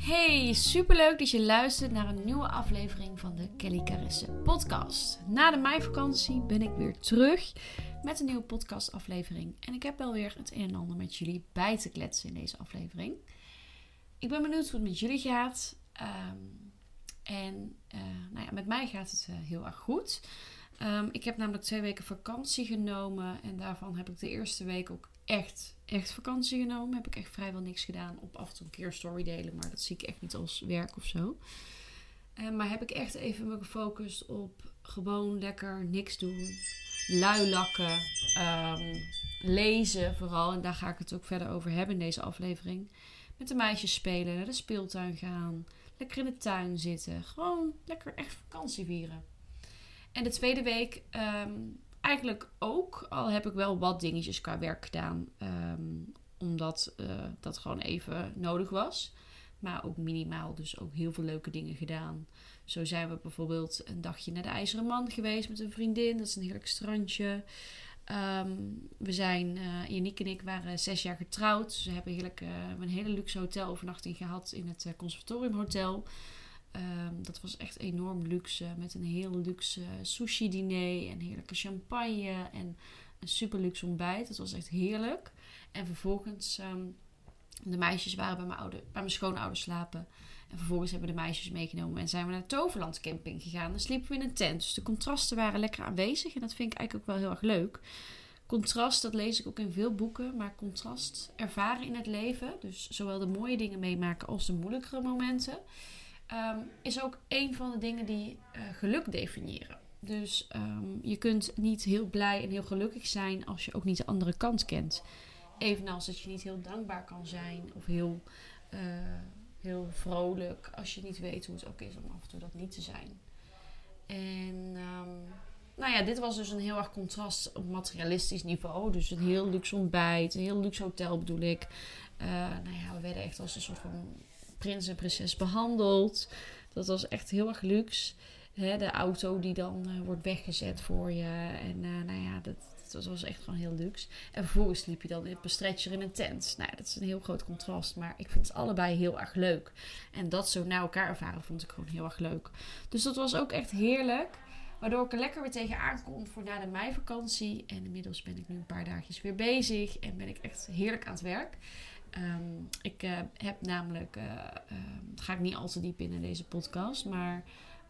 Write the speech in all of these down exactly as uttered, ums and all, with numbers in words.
Hey, superleuk dat je luistert naar een nieuwe aflevering van de Kelly Caresse podcast. Na de meivakantie ben ik weer terug met een nieuwe podcastaflevering. En ik heb wel weer het een en ander met jullie bij te kletsen in deze aflevering. Ik ben benieuwd hoe het met jullie gaat. Um, en uh, nou ja, met mij gaat het uh, heel erg goed. Um, ik heb namelijk twee weken vakantie genomen. En daarvan heb ik de eerste week ook echt, echt vakantie genomen. Heb ik echt vrijwel niks gedaan. Op af en toe een keer een story delen. Maar dat zie ik echt niet als werk of zo. Uh, maar heb ik echt even me gefocust op gewoon lekker niks doen. Lui lakken. Um, lezen vooral. En daar ga ik het ook verder over hebben in deze aflevering. Met de meisjes spelen. Naar de speeltuin gaan. Lekker in de tuin zitten. Gewoon lekker echt vakantie vieren. En de tweede week um, eigenlijk ook. Al heb ik wel wat dingetjes qua werk gedaan. Um, omdat uh, dat gewoon even nodig was. Maar ook minimaal dus ook heel veel leuke dingen gedaan. Zo zijn we bijvoorbeeld een dagje naar de IJzeren Man geweest met een vriendin. Dat is een heerlijk strandje. Um, we zijn, uh, Yannick en ik waren zes jaar getrouwd. Dus we hebben heerlijk, uh, een hele luxe hotelovernachting gehad in het uh, Conservatoriumhotel. Um, dat was echt enorm luxe. Met een heel luxe sushi diner en heerlijke champagne en een super luxe ontbijt. Dat was echt heerlijk. En vervolgens, um, de meisjes waren bij mijn, oude, bij mijn schoonouders slapen. En vervolgens hebben we de meisjes meegenomen en zijn we naar Toverland camping gegaan. Dan sliepen we in een tent. Dus de contrasten waren lekker aanwezig. En dat vind ik eigenlijk ook wel heel erg leuk. Contrast, dat lees ik ook in veel boeken. Maar contrast ervaren in het leven. Dus zowel de mooie dingen meemaken als de moeilijkere momenten. Um, is ook een van de dingen die uh, geluk definiëren. Dus um, je kunt niet heel blij en heel gelukkig zijn als je ook niet de andere kant kent. Evenals dat je niet heel dankbaar kan zijn of heel, uh, heel vrolijk als je niet weet hoe het ook is om af en toe dat niet te zijn. En um, nou ja, dit was dus een heel erg contrast op materialistisch niveau. Dus een heel luxe ontbijt, een heel luxe hotel bedoel ik. Uh, nou ja, we werden echt als een soort van prins en prinses behandeld. Dat was echt heel erg luxe. He, de auto die dan uh, wordt weggezet voor je. En uh, nou ja, dat, dat was echt gewoon heel luxe. En vervolgens liep je dan in een stretcher in een tent. Nou ja, dat is een heel groot contrast. Maar ik vind het allebei heel erg leuk. En dat zo naar elkaar ervaren vond ik gewoon heel erg leuk. Dus dat was ook echt heerlijk. Waardoor ik er lekker weer tegenaan kon voor na de meivakantie. En inmiddels ben ik nu een paar dagjes weer bezig. En ben ik echt heerlijk aan het werk. Um, ik uh, heb namelijk, uh, uh, ga ik niet al te diep in in deze podcast, maar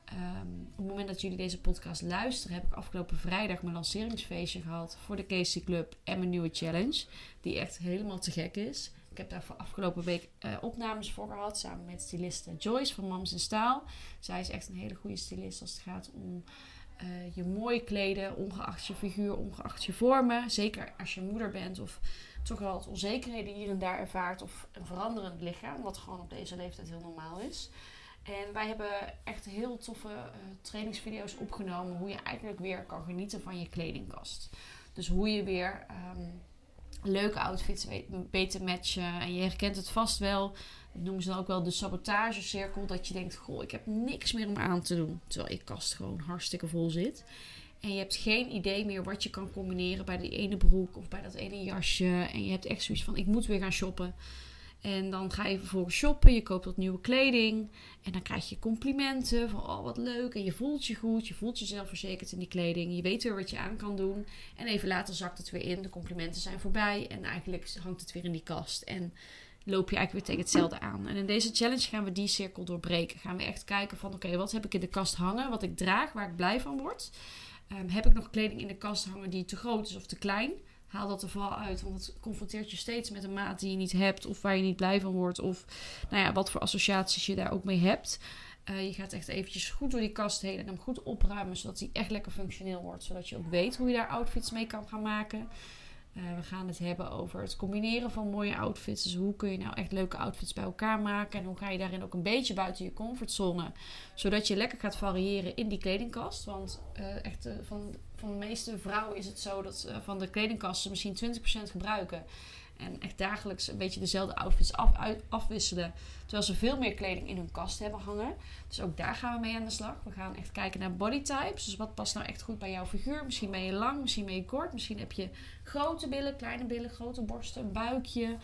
um, op het moment dat jullie deze podcast luisteren, heb ik afgelopen vrijdag mijn lanceringsfeestje gehad voor de Casey Club en mijn nieuwe challenge, die echt helemaal te gek is. Ik heb daar voor afgelopen week uh, opnames voor gehad, samen met styliste Joyce van Mams in Staal. Zij is echt een hele goede stylist als het gaat om uh, je mooi kleden, ongeacht je figuur, ongeacht je vormen. Zeker als je moeder bent of toch wel wat onzekerheden hier en daar ervaart of een veranderend lichaam, wat gewoon op deze leeftijd heel normaal is. En wij hebben echt heel toffe uh, trainingsvideo's opgenomen hoe je eigenlijk weer kan genieten van je kledingkast. Dus hoe je weer um, leuke outfits weet, beter matchen. En je herkent het vast wel, dat noemen ze dan ook wel de sabotagecirkel, dat je denkt, goh, ik heb niks meer om aan te doen, terwijl je kast gewoon hartstikke vol zit. En je hebt geen idee meer wat je kan combineren bij die ene broek of bij dat ene jasje. En je hebt echt zoiets van, ik moet weer gaan shoppen. En dan ga je vervolgens shoppen. Je koopt wat nieuwe kleding. En dan krijg je complimenten van, oh wat leuk. En je voelt je goed. Je voelt jezelf verzekerd in die kleding. Je weet weer wat je aan kan doen. En even later zakt het weer in. De complimenten zijn voorbij. En eigenlijk hangt het weer in die kast. En loop je eigenlijk weer tegen hetzelfde aan. En in deze challenge gaan we die cirkel doorbreken. Gaan we echt kijken van, oké, okay, wat heb ik in de kast hangen? Wat ik draag, waar ik blij van word. Um, heb ik nog kleding in de kast hangen die te groot is of te klein? Haal dat er vooral uit, want het confronteert je steeds met een maat die je niet hebt of waar je niet blij van wordt. Of nou ja, wat voor associaties je daar ook mee hebt. Uh, je gaat echt eventjes goed door die kast heen en hem goed opruimen, zodat hij echt lekker functioneel wordt. Zodat je ook weet hoe je daar outfits mee kan gaan maken. Uh, we gaan het hebben over het combineren van mooie outfits. Dus hoe kun je nou echt leuke outfits bij elkaar maken? En hoe ga je daarin ook een beetje buiten je comfortzone. Zodat je lekker gaat variëren in die kledingkast. Want uh, echt uh, van, van de meeste vrouwen is het zo dat uh, van de kledingkast ze misschien twintig procent gebruiken. En echt dagelijks een beetje dezelfde outfits af, uit, afwisselen. Terwijl ze veel meer kleding in hun kast hebben hangen. Dus ook daar gaan we mee aan de slag. We gaan echt kijken naar bodytypes. Dus wat past nou echt goed bij jouw figuur? Misschien ben je lang, misschien ben je kort. Misschien heb je grote billen, kleine billen, grote borsten, een buikje.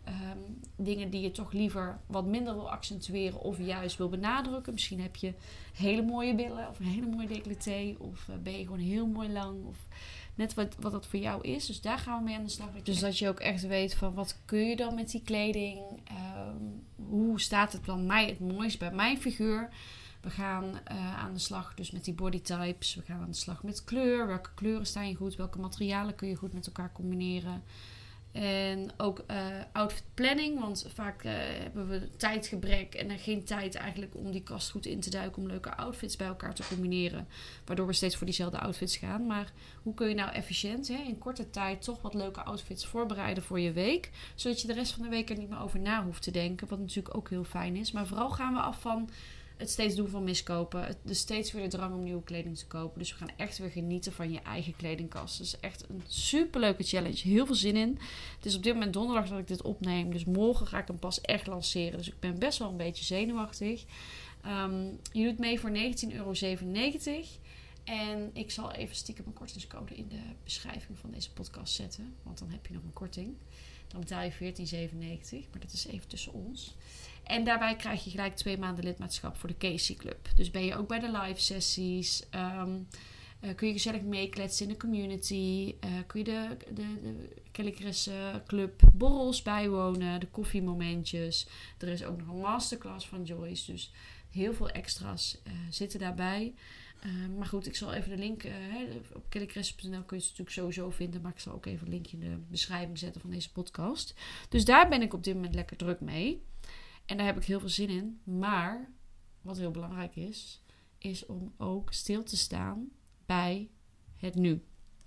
Um, dingen die je toch liever wat minder wil accentueren of juist wil benadrukken. Misschien heb je hele mooie billen of een hele mooie decolleté. Of uh, ben je gewoon heel mooi lang. Of net wat, wat dat voor jou is. Dus daar gaan we mee aan de slag. Dus dat je ook echt weet van wat kun je dan met die kleding. Um, hoe staat het dan mij het mooist bij mijn figuur. We gaan uh, aan de slag dus met die bodytypes. We gaan aan de slag met kleur. Welke kleuren staan je goed? Welke materialen kun je goed met elkaar combineren? En ook uh, outfit planning. Want vaak uh, hebben we tijdgebrek en er geen tijd eigenlijk om die kast goed in te duiken. Om leuke outfits bij elkaar te combineren. Waardoor we steeds voor diezelfde outfits gaan. Maar hoe kun je nou efficiënt hè, in korte tijd toch wat leuke outfits voorbereiden voor je week. Zodat je de rest van de week er niet meer over na hoeft te denken. Wat natuurlijk ook heel fijn is. Maar vooral gaan we af van het steeds doen van miskopen. Het, dus steeds weer de drang om nieuwe kleding te kopen. Dus we gaan echt weer genieten van je eigen kledingkast. Dus echt een superleuke challenge. Heel veel zin in. Het is op dit moment donderdag dat ik dit opneem. Dus morgen ga ik hem pas echt lanceren. Dus ik ben best wel een beetje zenuwachtig. Um, je doet mee voor negentien euro zevenennegentig. En ik zal even stiekem een kortingscode in de beschrijving van deze podcast zetten. Want dan heb je nog een korting. Dan betaal je veertien zevenennegentig. Maar dat is even tussen ons. En daarbij krijg je gelijk twee maanden lidmaatschap voor de Casey Club. Dus ben je ook bij de live sessies. Um, uh, kun je gezellig meekletsen in de community. Uh, kun je de, de, de Kelly Caresse Club borrels bijwonen. De koffiemomentjes. Er is ook nog een masterclass van Joyce. Dus heel veel extra's uh, zitten daarbij. Uh, maar goed, ik zal even de link... Uh, op kelly caresse punt n l kun je het natuurlijk sowieso vinden. Maar ik zal ook even een linkje in de beschrijving zetten van deze podcast. Dus daar ben ik op dit moment lekker druk mee. En daar heb ik heel veel zin in. Maar wat heel belangrijk is, is om ook stil te staan bij het nu.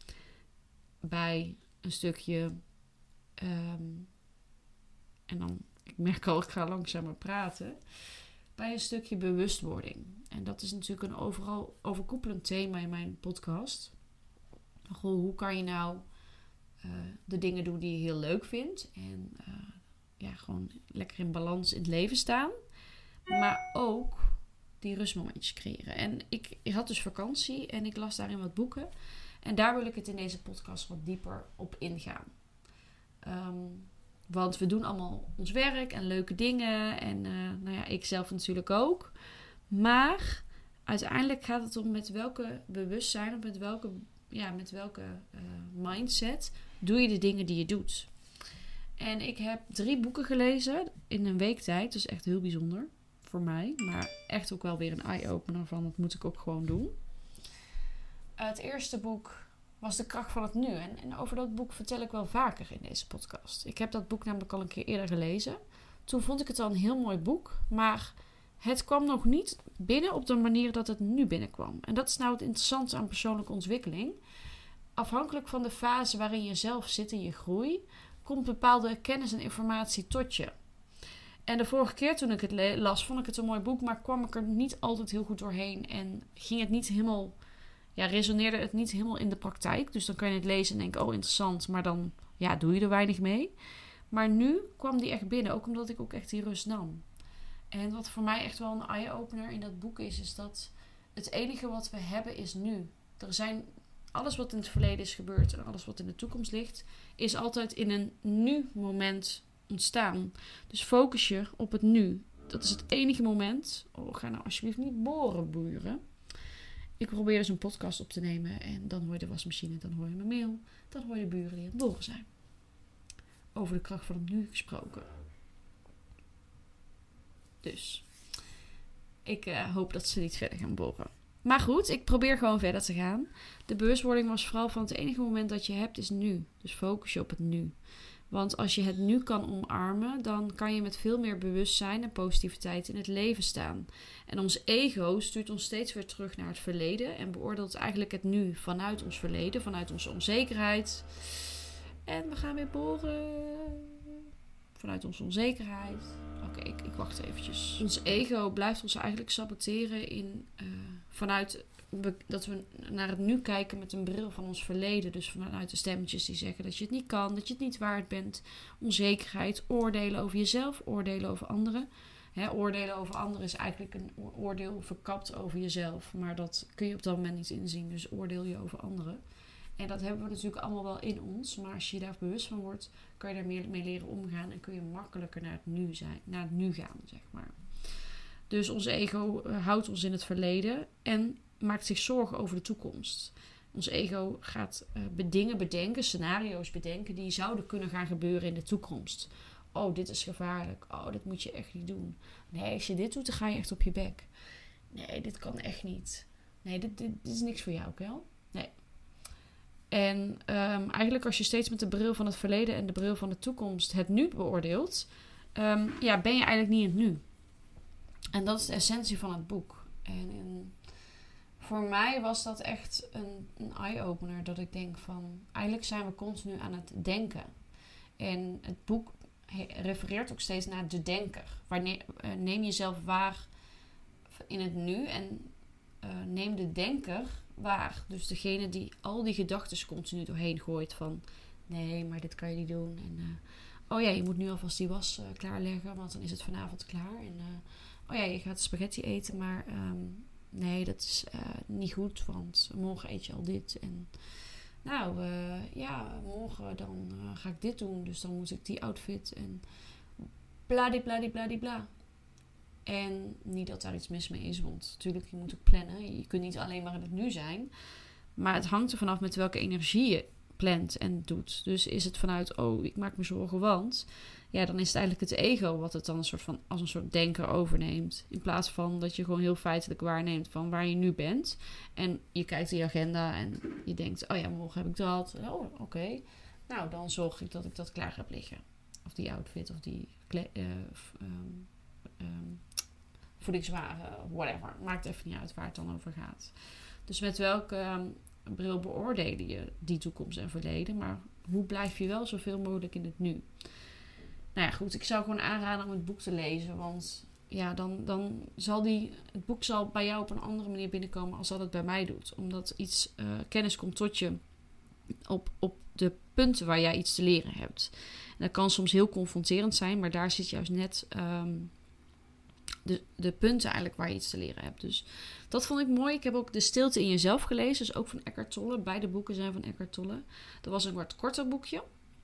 Bij een stukje... Um, en dan, ik merk al, ik ga langzamer praten. Bij een stukje bewustwording. En dat is natuurlijk een overal overkoepelend thema in mijn podcast. Goh, hoe kan je nou uh, de dingen doen die je heel leuk vindt. En... Uh, ja, gewoon lekker in balans in het leven staan. Maar ook die rustmomentjes creëren. En ik, ik had dus vakantie en ik las daarin wat boeken. En daar wil ik het in deze podcast wat dieper op ingaan. Um, want we doen allemaal ons werk en leuke dingen. En uh, nou ja, ik zelf natuurlijk ook. Maar uiteindelijk gaat het om met welke bewustzijn of met welke, ja, met welke uh, mindset doe je de dingen die je doet. En ik heb drie boeken gelezen in een week tijd. Dus echt heel bijzonder voor mij. Maar echt ook wel weer een eye-opener van dat moet ik ook gewoon doen. Uh, het eerste boek was De Kracht van het Nu. En, en over dat boek vertel ik wel vaker in deze podcast. Ik heb dat boek namelijk al een keer eerder gelezen. Toen vond ik het al een heel mooi boek. Maar het kwam nog niet binnen op de manier dat het nu binnenkwam. En dat is nou het interessante aan persoonlijke ontwikkeling. Afhankelijk van de fase waarin je zelf zit in je groei... komt bepaalde kennis en informatie tot je. En de vorige keer toen ik het las, vond ik het een mooi boek, maar kwam ik er niet altijd heel goed doorheen. En ging het niet helemaal, ja, resoneerde het niet helemaal in de praktijk. Dus dan kan je het lezen en denken, oh interessant, maar dan ja, doe je er weinig mee. Maar nu kwam die echt binnen, ook omdat ik ook echt die rust nam. En wat voor mij echt wel een eye-opener in dat boek is, is dat het enige wat we hebben is nu. Er zijn... Alles wat in het verleden is gebeurd en alles wat in de toekomst ligt, is altijd in een nu-moment ontstaan. Dus focus je op het nu. Dat is het enige moment. Oh, ga nou alsjeblieft niet boren, buren. Ik probeer dus een podcast op te nemen en dan hoor je de wasmachine, dan hoor je mijn mail, dan hoor je de buren die aan het boren zijn. Over de kracht van het nu gesproken. Dus, ik uh, hoop dat ze niet verder gaan boren. Maar goed, ik probeer gewoon verder te gaan. De bewustwording was vooral van het enige moment dat je hebt is nu. Dus focus je op het nu. Want als je het nu kan omarmen, dan kan je met veel meer bewustzijn en positiviteit in het leven staan. En ons ego stuurt ons steeds weer terug naar het verleden en beoordeelt eigenlijk het nu vanuit ons verleden, vanuit onze onzekerheid. En we gaan weer boren. Vanuit onze onzekerheid. Oké, okay, ik, ik wacht eventjes. Ons ego blijft ons eigenlijk saboteren in, uh, vanuit we, dat we naar het nu kijken met een bril van ons verleden. Dus vanuit de stemmetjes die zeggen dat je het niet kan, dat je het niet waard bent. Onzekerheid, oordelen over jezelf, oordelen over anderen. Hè, oordelen over anderen is eigenlijk een oordeel verkapt over jezelf. Maar dat kun je op dat moment niet inzien. Dus oordeel je over anderen. En dat hebben we natuurlijk allemaal wel in ons. Maar als je je daar bewust van wordt, kan je daar meer mee leren omgaan. En kun je makkelijker naar het nu zijn, naar het nu gaan, zeg maar. Dus ons ego houdt ons in het verleden en maakt zich zorgen over de toekomst. Ons ego gaat uh, dingen bedenken, scenario's bedenken die zouden kunnen gaan gebeuren in de toekomst. Oh, dit is gevaarlijk. Oh, dit moet je echt niet doen. Nee, als je dit doet, dan ga je echt op je bek. Nee, dit kan echt niet. Nee, dit, dit, dit is niks voor jou, Kel. Nee. En um, eigenlijk als je steeds met de bril van het verleden en de bril van de toekomst het nu beoordeelt, um, ja, ben je eigenlijk niet in het nu. En dat is de essentie van het boek. En, en voor mij was dat echt een, een eye-opener. Dat ik denk van, eigenlijk zijn we continu aan het denken. En het boek refereert ook steeds naar de denker. Wanneer, uh, neem jezelf waar in het nu en uh, neem de denker waar. Dus degene die al die gedachten continu doorheen gooit van, nee, maar dit kan je niet doen. En uh, oh ja, je moet nu alvast die was uh, klaarleggen, want dan is het vanavond klaar. En uh, oh ja, je gaat spaghetti eten, maar um, nee, dat is uh, niet goed, want morgen eet je al dit. En nou, uh, ja, morgen dan uh, ga ik dit doen, dus dan moet ik die outfit en bladibladibladibla. En niet dat daar iets mis mee is, want natuurlijk, je moet ook plannen. Je kunt niet alleen maar in het nu zijn. Maar het hangt er vanaf met welke energie je plant en doet. Dus is het vanuit, oh, ik maak me zorgen, want ja, dan is het eigenlijk het ego wat het dan een soort van als een soort denker overneemt. In plaats van dat je gewoon heel feitelijk waarneemt van waar je nu bent. En je kijkt in je agenda en je denkt, oh ja, morgen heb ik dat. Oh, oké. Okay. Nou, dan zorg ik dat ik dat klaar heb liggen. Of die outfit, of die kle- uh, um, um, voedingswaren, whatever. Maakt even niet uit waar het dan over gaat. Dus met welke um, bril beoordelen je die toekomst en verleden? Maar hoe blijf je wel zoveel mogelijk in het nu? Nou ja, goed. Ik zou gewoon aanraden om het boek te lezen. Want ja, dan, dan zal die... Het boek zal bij jou op een andere manier binnenkomen als dat het bij mij doet. Omdat iets uh, kennis komt tot je op, op de punten waar jij iets te leren hebt. En dat kan soms heel confronterend zijn, maar daar zit juist net um, de, de punten eigenlijk waar je iets te leren hebt. Dus dat vond ik mooi. Ik heb ook De Stilte in Jezelf gelezen, dus ook van Eckhart Tolle. Beide boeken zijn van Eckhart Tolle. Dat was een wat korter boekje.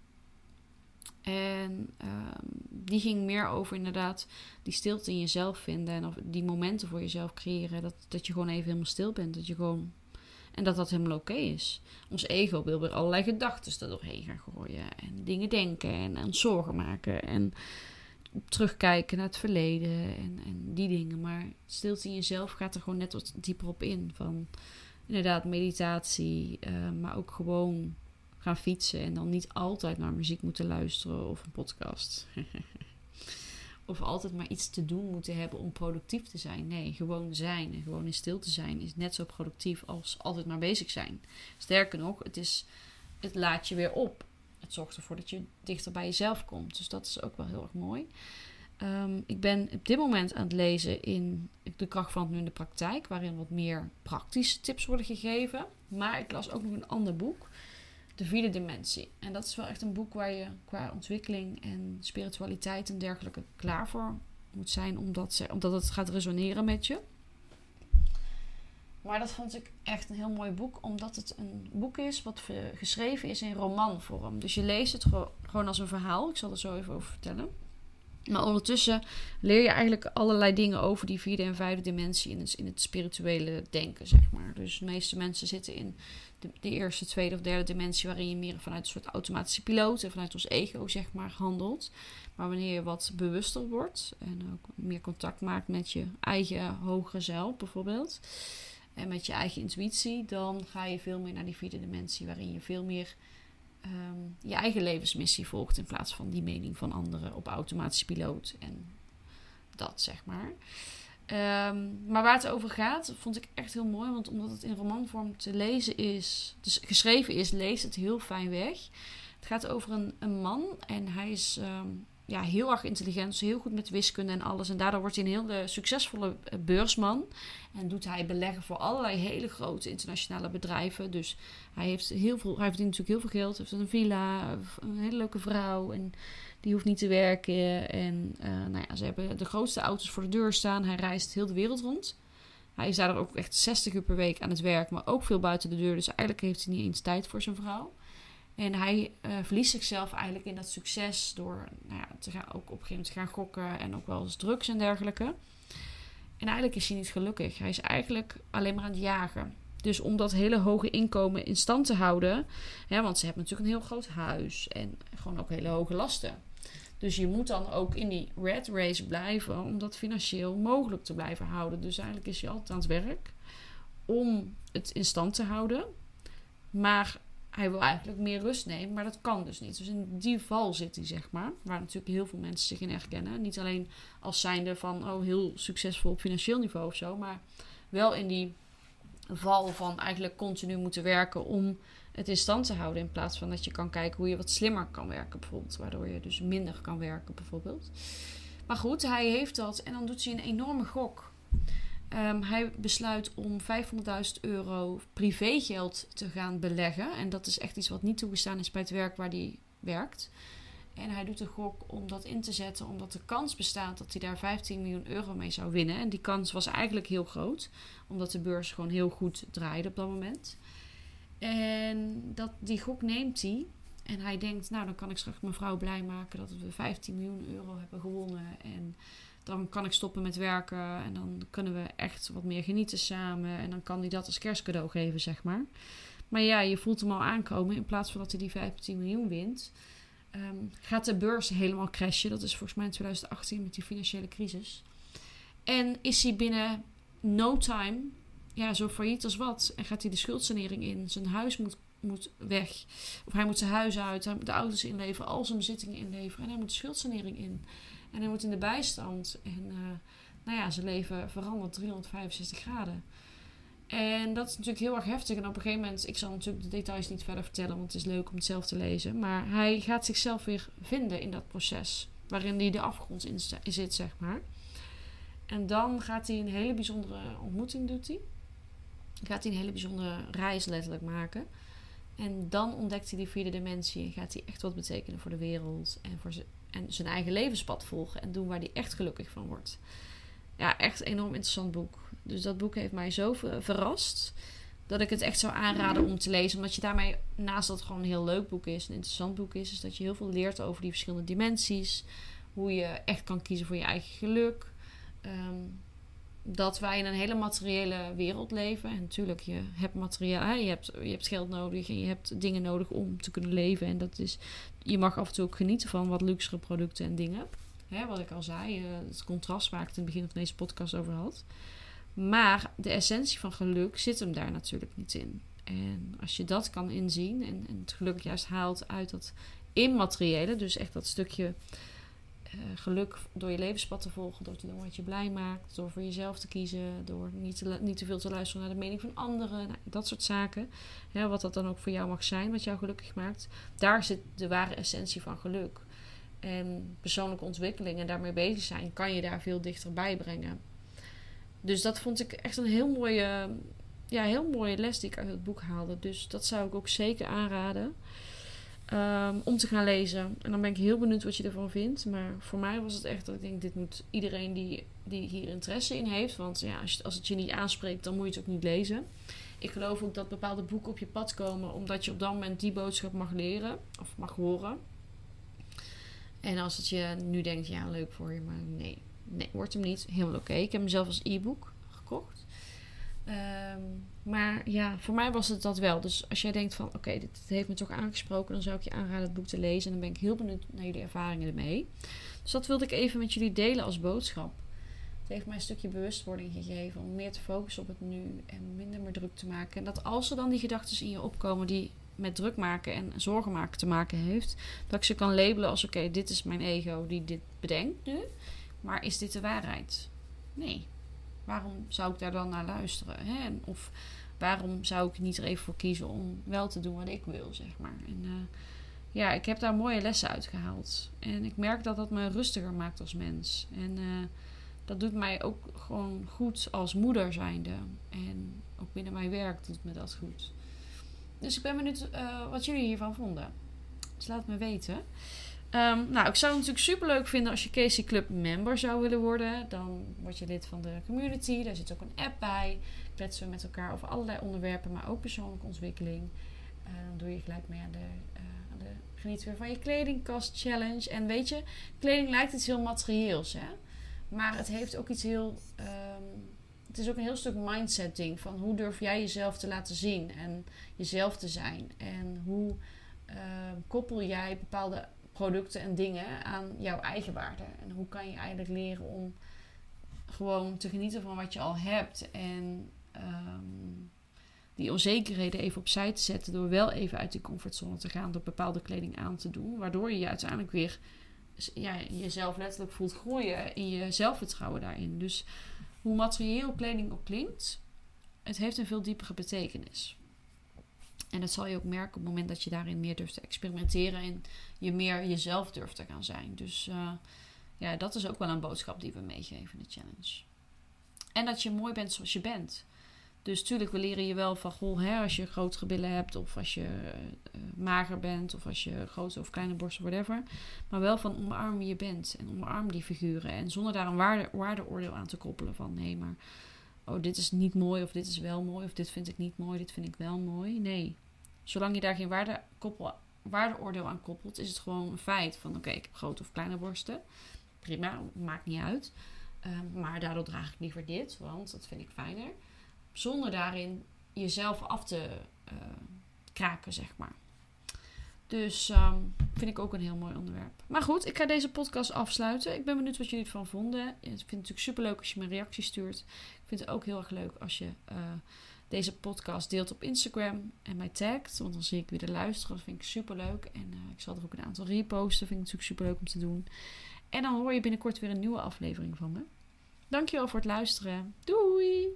En um, die ging meer over inderdaad die stilte in jezelf vinden. En of die momenten voor jezelf creëren. Dat, dat je gewoon even helemaal stil bent. Dat je gewoon... En dat dat helemaal oké okay is. Ons ego wil weer allerlei gedachten er doorheen gaan gooien. En dingen denken. En, en zorgen maken. En terugkijken naar het verleden. En, en die dingen. Maar stilte in jezelf gaat er gewoon net wat dieper op in. Van inderdaad meditatie. Uh, maar ook gewoon gaan fietsen. En dan niet altijd naar muziek moeten luisteren. Of een podcast. Of altijd maar iets te doen moeten hebben om productief te zijn. Nee, gewoon zijn en gewoon in stilte zijn is net zo productief als altijd maar bezig zijn. Sterker nog, het, is, het laat je weer op. Het zorgt ervoor dat je dichter bij jezelf komt. Dus dat is ook wel heel erg mooi. Um, ik ben op dit moment aan het lezen in De Kracht van het Nu in de Praktijk. Waarin wat meer praktische tips worden gegeven. Maar ik las ook nog een ander boek. De Vierde Dimensie. En dat is wel echt een boek waar je qua ontwikkeling en spiritualiteit en dergelijke klaar voor moet zijn. Omdat, ze, omdat het gaat resoneren met je. Maar dat vond ik echt een heel mooi boek. Omdat het een boek is wat geschreven is in romanvorm. Dus je leest het gewoon als een verhaal. Ik zal er zo even over vertellen. Maar ondertussen leer je eigenlijk allerlei dingen over die vierde en vijfde dimensie in het, in het spirituele denken, zeg maar. Dus de meeste mensen zitten in de, de eerste, tweede of derde dimensie, waarin je meer vanuit een soort automatische piloot en vanuit ons ego, zeg maar, handelt. Maar wanneer je wat bewuster wordt en ook meer contact maakt met je eigen hogere zelf, bijvoorbeeld, en met je eigen intuïtie, dan ga je veel meer naar die vierde dimensie, waarin je veel meer Um, je eigen levensmissie volgt in plaats van die mening van anderen op automatische piloot en dat, zeg maar. Um, maar waar het over gaat, vond ik echt heel mooi, want omdat het in romanvorm te lezen is, dus geschreven is, leest het heel fijn weg. Het gaat over een, een man en hij is um, ja, heel erg intelligent, dus heel goed met wiskunde en alles. En daardoor wordt hij een heel succesvolle beursman. En doet hij beleggen voor allerlei hele grote internationale bedrijven. Dus hij heeft heel veel, hij verdient natuurlijk heel veel geld. Hij heeft een villa, een hele leuke vrouw. En die hoeft niet te werken. En uh, nou ja, ze hebben de grootste auto's voor de deur staan. Hij reist heel de wereld rond. Hij is daar ook echt zestig uur per week aan het werk, maar ook veel buiten de deur. Dus eigenlijk heeft hij niet eens tijd voor zijn vrouw. En hij uh, verliest zichzelf eigenlijk in dat succes door nou ja, te gaan, ook op een gegeven moment te gaan gokken en ook wel eens drugs en dergelijke. En eigenlijk is hij niet gelukkig. Hij is eigenlijk alleen maar aan het jagen. Dus om dat hele hoge inkomen in stand te houden, hè, want ze hebben natuurlijk een heel groot huis en gewoon ook hele hoge lasten. Dus je moet dan ook in die rat race blijven om dat financieel mogelijk te blijven houden. Dus eigenlijk is hij altijd aan het werk om het in stand te houden. Maar hij wil eigenlijk meer rust nemen, maar dat kan dus niet. Dus in die val zit hij, zeg maar. Waar natuurlijk heel veel mensen zich in herkennen. Niet alleen als zijnde van, oh, heel succesvol op financieel niveau of zo. Maar wel in die val van eigenlijk continu moeten werken om het in stand te houden. In plaats van dat je kan kijken hoe je wat slimmer kan werken, bijvoorbeeld. Waardoor je dus minder kan werken, bijvoorbeeld. Maar goed, hij heeft dat en dan doet hij een enorme gok. Um, hij besluit om vijfhonderdduizend euro privégeld te gaan beleggen. En dat is echt iets wat niet toegestaan is bij het werk waar hij werkt. En hij doet een gok om dat in te zetten, omdat de kans bestaat dat hij daar vijftien miljoen euro mee zou winnen. En die kans was eigenlijk heel groot, omdat de beurs gewoon heel goed draaide op dat moment. En dat, die gok neemt hij. En hij denkt, nou dan kan ik straks mijn vrouw blij maken dat we vijftien miljoen euro hebben gewonnen. En dan kan ik stoppen met werken en dan kunnen we echt wat meer genieten samen. En dan kan hij dat als kerstcadeau geven, zeg maar. Maar ja, je voelt hem al aankomen. In plaats van dat hij die vijftien miljoen wint, um, gaat de beurs helemaal crashen. Dat is volgens mij in twintig achttien met die financiële crisis. En is hij binnen no time ja, zo failliet als wat. En gaat hij de schuldsanering in. Zijn huis moet, moet weg. Of hij moet zijn huis uit. Hij moet de auto's inleveren. Al zijn bezittingen inleveren. En hij moet de schuldsanering in. En hij moet in de bijstand. En uh, nou ja, zijn leven verandert driehonderdvijfenzestig graden. En dat is natuurlijk heel erg heftig. En op een gegeven moment, ik zal natuurlijk de details niet verder vertellen, want het is leuk om het zelf te lezen. Maar hij gaat zichzelf weer vinden in dat proces. Waarin hij de afgrond in zit, zeg maar. En dan gaat hij een hele bijzondere ontmoeting, doet hij. Gaat hij een hele bijzondere reis letterlijk maken. En dan ontdekt hij die vierde dimensie. En gaat hij echt wat betekenen voor de wereld. En, voor z- en zijn eigen levenspad volgen. En doen waar hij echt gelukkig van wordt. Ja, echt een enorm interessant boek. Dus dat boek heeft mij zo verrast. Dat ik het echt zou aanraden om te lezen. Omdat je daarmee, naast dat het gewoon een heel leuk boek is. Een interessant boek is. Is dat je heel veel leert over die verschillende dimensies. Hoe je echt kan kiezen voor je eigen geluk. Um, dat wij in een hele materiële wereld leven. En natuurlijk, je hebt materiaal, je hebt, je hebt geld nodig en je hebt dingen nodig om te kunnen leven. En dat is, je mag af en toe ook genieten van wat luxere producten en dingen. Hè, wat ik al zei, het contrast waar ik het in het begin van deze podcast over had. Maar de essentie van geluk zit hem daar natuurlijk niet in. En als je dat kan inzien en, en het geluk juist haalt uit dat immateriële, dus echt dat stukje Uh, geluk door je levenspad te volgen, door te doen wat je blij maakt, door voor jezelf te kiezen, door niet te, niet te veel te luisteren naar de mening van anderen, nou, dat soort zaken. Ja, wat dat dan ook voor jou mag zijn, wat jou gelukkig maakt. Daar zit de ware essentie van geluk. En persoonlijke ontwikkeling en daarmee bezig zijn, kan je daar veel dichterbij brengen. Dus dat vond ik echt een heel mooie, ja, heel mooie les die ik uit het boek haalde. Dus dat zou ik ook zeker aanraden. Um, om te gaan lezen. En dan ben ik heel benieuwd wat je ervan vindt. Maar voor mij was het echt dat ik denk, dit moet iedereen die, die hier interesse in heeft. Want ja, als, je, als het je niet aanspreekt, dan moet je het ook niet lezen. Ik geloof ook dat bepaalde boeken op je pad komen, omdat je op dat moment die boodschap mag leren. Of mag horen. En als het je nu denkt, ja, leuk voor je, maar nee. Nee, wordt hem niet. Helemaal oké. Okay. Ik heb hem zelf als e-book gekocht. Um, maar ja, voor mij was het dat wel. Dus als jij denkt van, oké, okay, dit, dit heeft me toch aangesproken, dan zou ik je aanraden het boek te lezen. En dan ben ik heel benieuwd naar jullie ervaringen ermee. Dus dat wilde ik even met jullie delen als boodschap. Het heeft mij een stukje bewustwording gegeven om meer te focussen op het nu en minder meer druk te maken. En dat als er dan die gedachten in je opkomen die met druk maken en zorgen maken te maken heeft, dat ik ze kan labelen als, oké, okay, dit is mijn ego die dit bedenkt nu. Maar is dit de waarheid? Nee. Waarom zou ik daar dan naar luisteren? Hè? Of waarom zou ik niet er even voor kiezen om wel te doen wat ik wil, zeg maar. En uh, ja, ik heb daar mooie lessen uit gehaald. En ik merk dat dat me rustiger maakt als mens. En uh, dat doet mij ook gewoon goed als moeder zijnde. En ook binnen mijn werk doet me dat goed. Dus ik ben benieuwd uh, wat jullie hiervan vonden. Dus laat het me weten. Um, nou, ik zou het natuurlijk super leuk vinden als je Casey Club member zou willen worden. Dan word je lid van de community. Daar zit ook een app bij. Kletsen we met elkaar over allerlei onderwerpen, maar ook persoonlijke ontwikkeling. Uh, dan doe je gelijk mee aan de, uh, aan de geniet weer van je kledingkast challenge. En weet je, kleding lijkt iets heel materieels, hè? Maar het heeft ook iets heel... Um, het is ook een heel stuk mindset ding. Van hoe durf jij jezelf te laten zien en jezelf te zijn. En hoe uh, koppel jij bepaalde producten en dingen aan jouw eigen waarde. En hoe kan je eigenlijk leren om gewoon te genieten van wat je al hebt. En um, die onzekerheden even opzij te zetten door wel even uit die comfortzone te gaan. Door bepaalde kleding aan te doen. Waardoor je je uiteindelijk weer ja, jezelf letterlijk voelt groeien in je zelfvertrouwen daarin. Dus hoe materieel kleding ook klinkt, het heeft een veel diepere betekenis. En dat zal je ook merken op het moment dat je daarin meer durft te experimenteren en je meer jezelf durft te gaan zijn. Dus uh, ja, dat is ook wel een boodschap die we meegeven in de challenge. En dat je mooi bent zoals je bent. Dus tuurlijk, we leren je wel van, goh, hè, als je grotere billen hebt of als je uh, mager bent of als je grote of kleine borsten, whatever. Maar wel van omarm wie je bent en omarm die figuren. En zonder daar een waarde, waardeoordeel aan te koppelen van, nee, maar oh, dit is niet mooi of dit is wel mooi of dit vind ik niet mooi, dit vind ik wel mooi. Nee, zolang je daar geen waarde koppel, waardeoordeel aan koppelt, is het gewoon een feit van, oké, okay, ik heb grote of kleine borsten. Prima, maakt niet uit. Um, maar daardoor draag ik liever dit, want dat vind ik fijner. Zonder daarin jezelf af te uh, kraken, zeg maar. Dus um, vind ik ook een heel mooi onderwerp. Maar goed, ik ga deze podcast afsluiten. Ik ben benieuwd wat jullie ervan vonden. Ik vind het natuurlijk superleuk als je me een reactie stuurt. Ik vind het ook heel erg leuk als je uh, deze podcast deelt op Instagram en mij tagt. Want dan zie ik wie er luisteren. Dat vind ik superleuk. En uh, ik zal er ook een aantal reposten. Vind ik natuurlijk superleuk om te doen. En dan hoor je binnenkort weer een nieuwe aflevering van me. Dankjewel voor het luisteren. Doei!